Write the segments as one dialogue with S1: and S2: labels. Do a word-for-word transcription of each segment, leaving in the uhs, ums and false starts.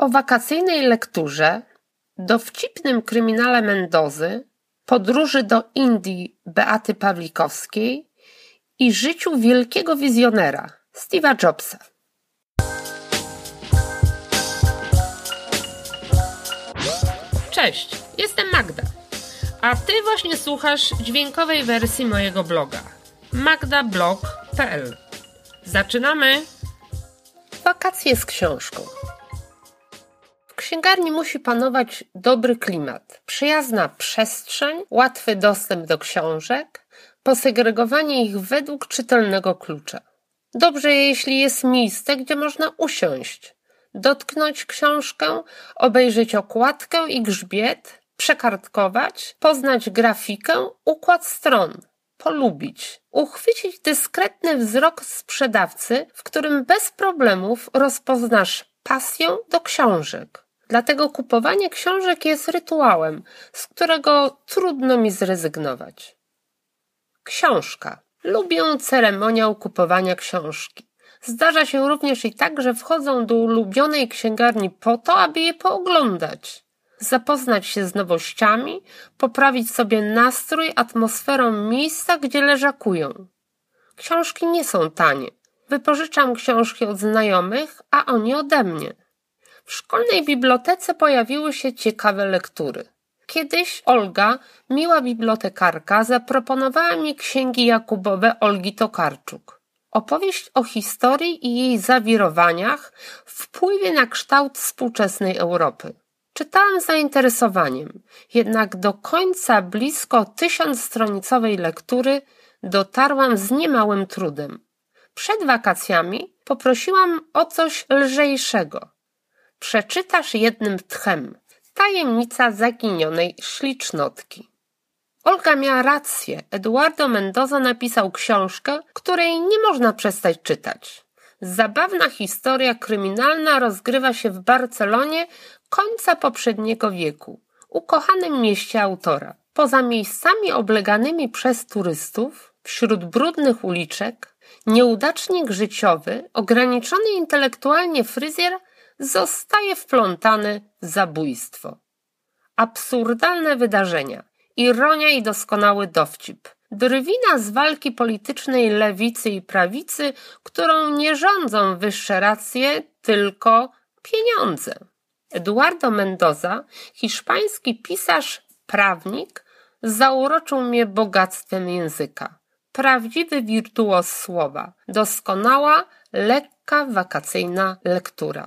S1: O wakacyjnej lekturze, dowcipnym kryminale Mendozy, podróży do Indii Beaty Pawlikowskiej i życiu wielkiego wizjonera Steve'a Jobsa. Cześć, jestem Magda, a Ty właśnie słuchasz dźwiękowej wersji mojego bloga magdablog kropka p l. Zaczynamy! Wakacje z książką. W księgarni musi panować dobry klimat, przyjazna przestrzeń, łatwy dostęp do książek, posegregowanie ich według czytelnego klucza. Dobrze, jeśli jest miejsce, gdzie można usiąść, dotknąć książkę, obejrzeć okładkę i grzbiet, przekartkować, poznać grafikę, układ stron, polubić, uchwycić dyskretny wzrok sprzedawcy, w którym bez problemów rozpoznasz pasję do książek. Dlatego kupowanie książek jest rytuałem, z którego trudno mi zrezygnować. Książka. Lubię ceremoniał kupowania książki. Zdarza się również i tak, że wchodzą do ulubionej księgarni po to, aby je pooglądać, zapoznać się z nowościami, poprawić sobie nastrój atmosferą miejsca, gdzie leżakują. Książki nie są tanie. Wypożyczam książki od znajomych, a oni ode mnie. W szkolnej bibliotece pojawiły się ciekawe lektury. Kiedyś Olga, miła bibliotekarka, zaproponowała mi księgi Jakubowe Olgi Tokarczuk. Opowieść o historii i jej zawirowaniach, wpływie na kształt współczesnej Europy. Czytałam z zainteresowaniem, jednak do końca blisko tysiącstronicowej lektury dotarłam z niemałym trudem. Przed wakacjami poprosiłam o coś lżejszego. Przeczytasz jednym tchem. Tajemnica zaginionej ślicznotki. Olga miała rację. Eduardo Mendoza napisał książkę, której nie można przestać czytać. Zabawna historia kryminalna rozgrywa się w Barcelonie końca poprzedniego wieku, ukochanym mieście autora. Poza miejscami obleganymi przez turystów, wśród brudnych uliczek, nieudacznik życiowy, ograniczony intelektualnie fryzjer zostaje wplątany w zabójstwo. Absurdalne wydarzenia, ironia i doskonały dowcip. Drwina z walki politycznej lewicy i prawicy, którą nie rządzą wyższe racje, tylko pieniądze. Eduardo Mendoza, hiszpański pisarz, prawnik, zauroczył mnie bogactwem języka. Prawdziwy wirtuoz słowa. Doskonała, lekka, wakacyjna lektura.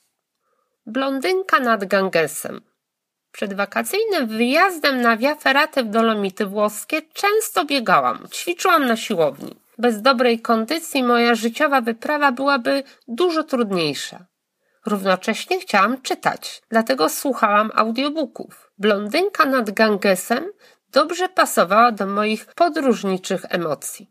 S1: Blondynka nad Gangesem. Przed wakacyjnym wyjazdem na Via Ferrate w Dolomity włoskie często biegałam, ćwiczyłam na siłowni. Bez dobrej kondycji moja życiowa wyprawa byłaby dużo trudniejsza. Równocześnie chciałam czytać, dlatego słuchałam audiobooków. Blondynka nad Gangesem dobrze pasowała do moich podróżniczych emocji.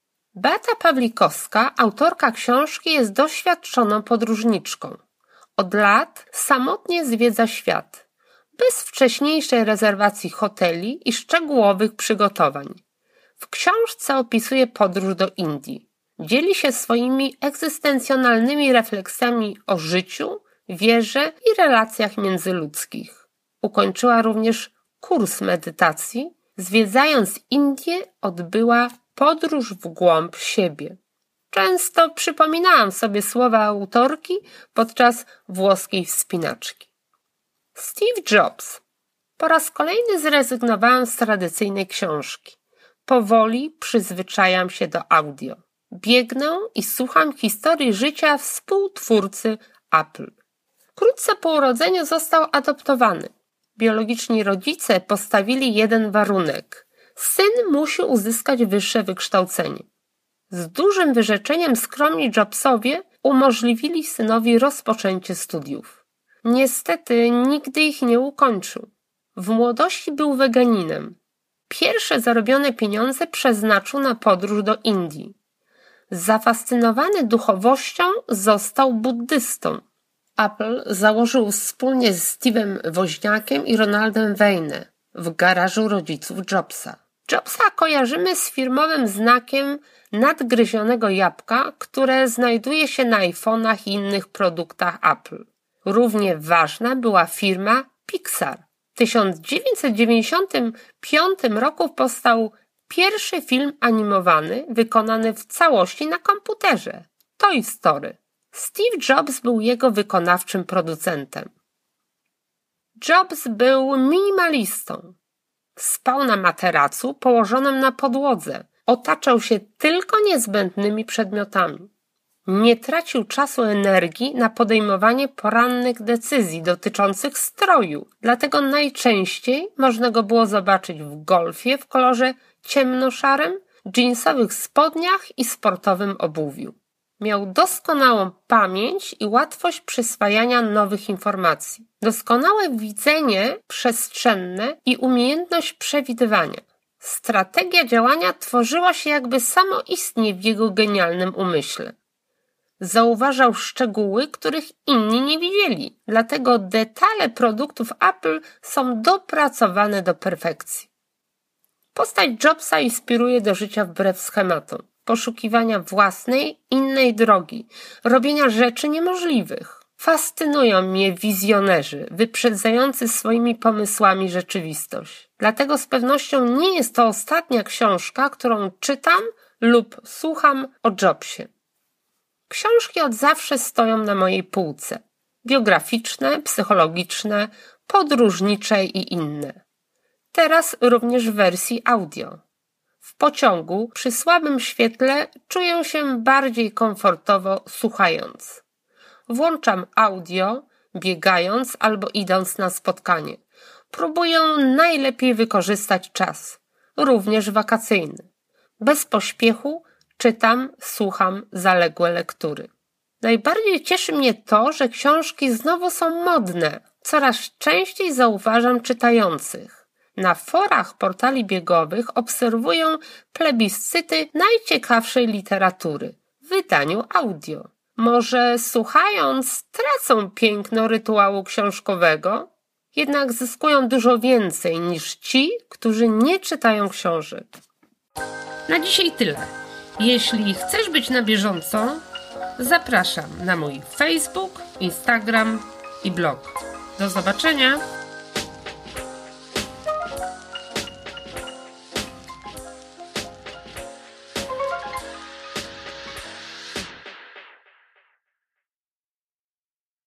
S1: Beata Pawlikowska, autorka książki, jest doświadczoną podróżniczką. Od lat samotnie zwiedza świat, bez wcześniejszej rezerwacji hoteli i szczegółowych przygotowań. W książce opisuje podróż do Indii. Dzieli się swoimi egzystencjonalnymi refleksjami o życiu, wierze i relacjach międzyludzkich. Ukończyła również kurs medytacji. Zwiedzając Indię, odbyła podróż w głąb siebie. Często przypominałam sobie słowa autorki podczas włoskiej wspinaczki. Steve Jobs. Po raz kolejny zrezygnowałam z tradycyjnej książki. Powoli przyzwyczajam się do audio. Biegnę i słucham historii życia współtwórcy Apple. Wkrótce po urodzeniu został adoptowany. Biologiczni rodzice postawili jeden warunek. Syn musi uzyskać wyższe wykształcenie. Z dużym wyrzeczeniem skromni Jobsowie umożliwili synowi rozpoczęcie studiów. Niestety nigdy ich nie ukończył. W młodości był weganinem. Pierwsze zarobione pieniądze przeznaczył na podróż do Indii. Zafascynowany duchowością został buddystą. Apple założył wspólnie z Steve'em Woźniakiem i Ronaldem Wayne w garażu rodziców Jobsa. Jobsa kojarzymy z firmowym znakiem nadgryzionego jabłka, które znajduje się na iPhone'ach i innych produktach Apple. Równie ważna była firma Pixar. W tysiąc dziewięćset dziewięćdziesiątym piątym roku powstał pierwszy film animowany wykonany w całości na komputerze. Toy Story. Steve Jobs był jego wykonawczym producentem. Jobs był minimalistą. Spał na materacu położonym na podłodze. Otaczał się tylko niezbędnymi przedmiotami. Nie tracił czasu energii na podejmowanie porannych decyzji dotyczących stroju, dlatego najczęściej można go było zobaczyć w golfie w kolorze ciemnoszarym, dżinsowych spodniach i sportowym obuwiu. Miał doskonałą pamięć i łatwość przyswajania nowych informacji, doskonałe widzenie przestrzenne i umiejętność przewidywania. Strategia działania tworzyła się jakby samoistnie w jego genialnym umyśle. Zauważał szczegóły, których inni nie widzieli, dlatego detale produktów Apple są dopracowane do perfekcji. Postać Jobsa inspiruje do życia wbrew schematom, poszukiwania własnej, innej drogi, robienia rzeczy niemożliwych. Fascynują mnie wizjonerzy, wyprzedzający swoimi pomysłami rzeczywistość. Dlatego z pewnością nie jest to ostatnia książka, którą czytam lub słucham o Jobsie. Książki od zawsze stoją na mojej półce. Biograficzne, psychologiczne, podróżnicze i inne. Teraz również w wersji audio. W pociągu przy słabym świetle czuję się bardziej komfortowo słuchając. Włączam audio, biegając albo idąc na spotkanie. Próbuję najlepiej wykorzystać czas, również wakacyjny. Bez pośpiechu czytam, słucham zaległe lektury. Najbardziej cieszy mnie to, że książki znowu są modne. Coraz częściej zauważam czytających. Na forach portali biegowych obserwuję plebiscyty najciekawszej literatury w wydaniu audio. Może słuchając tracą piękno rytuału książkowego, jednak zyskują dużo więcej niż ci, którzy nie czytają książek. Na dzisiaj tyle. Jeśli chcesz być na bieżąco, zapraszam na mój Facebook, Instagram i blog. Do zobaczenia!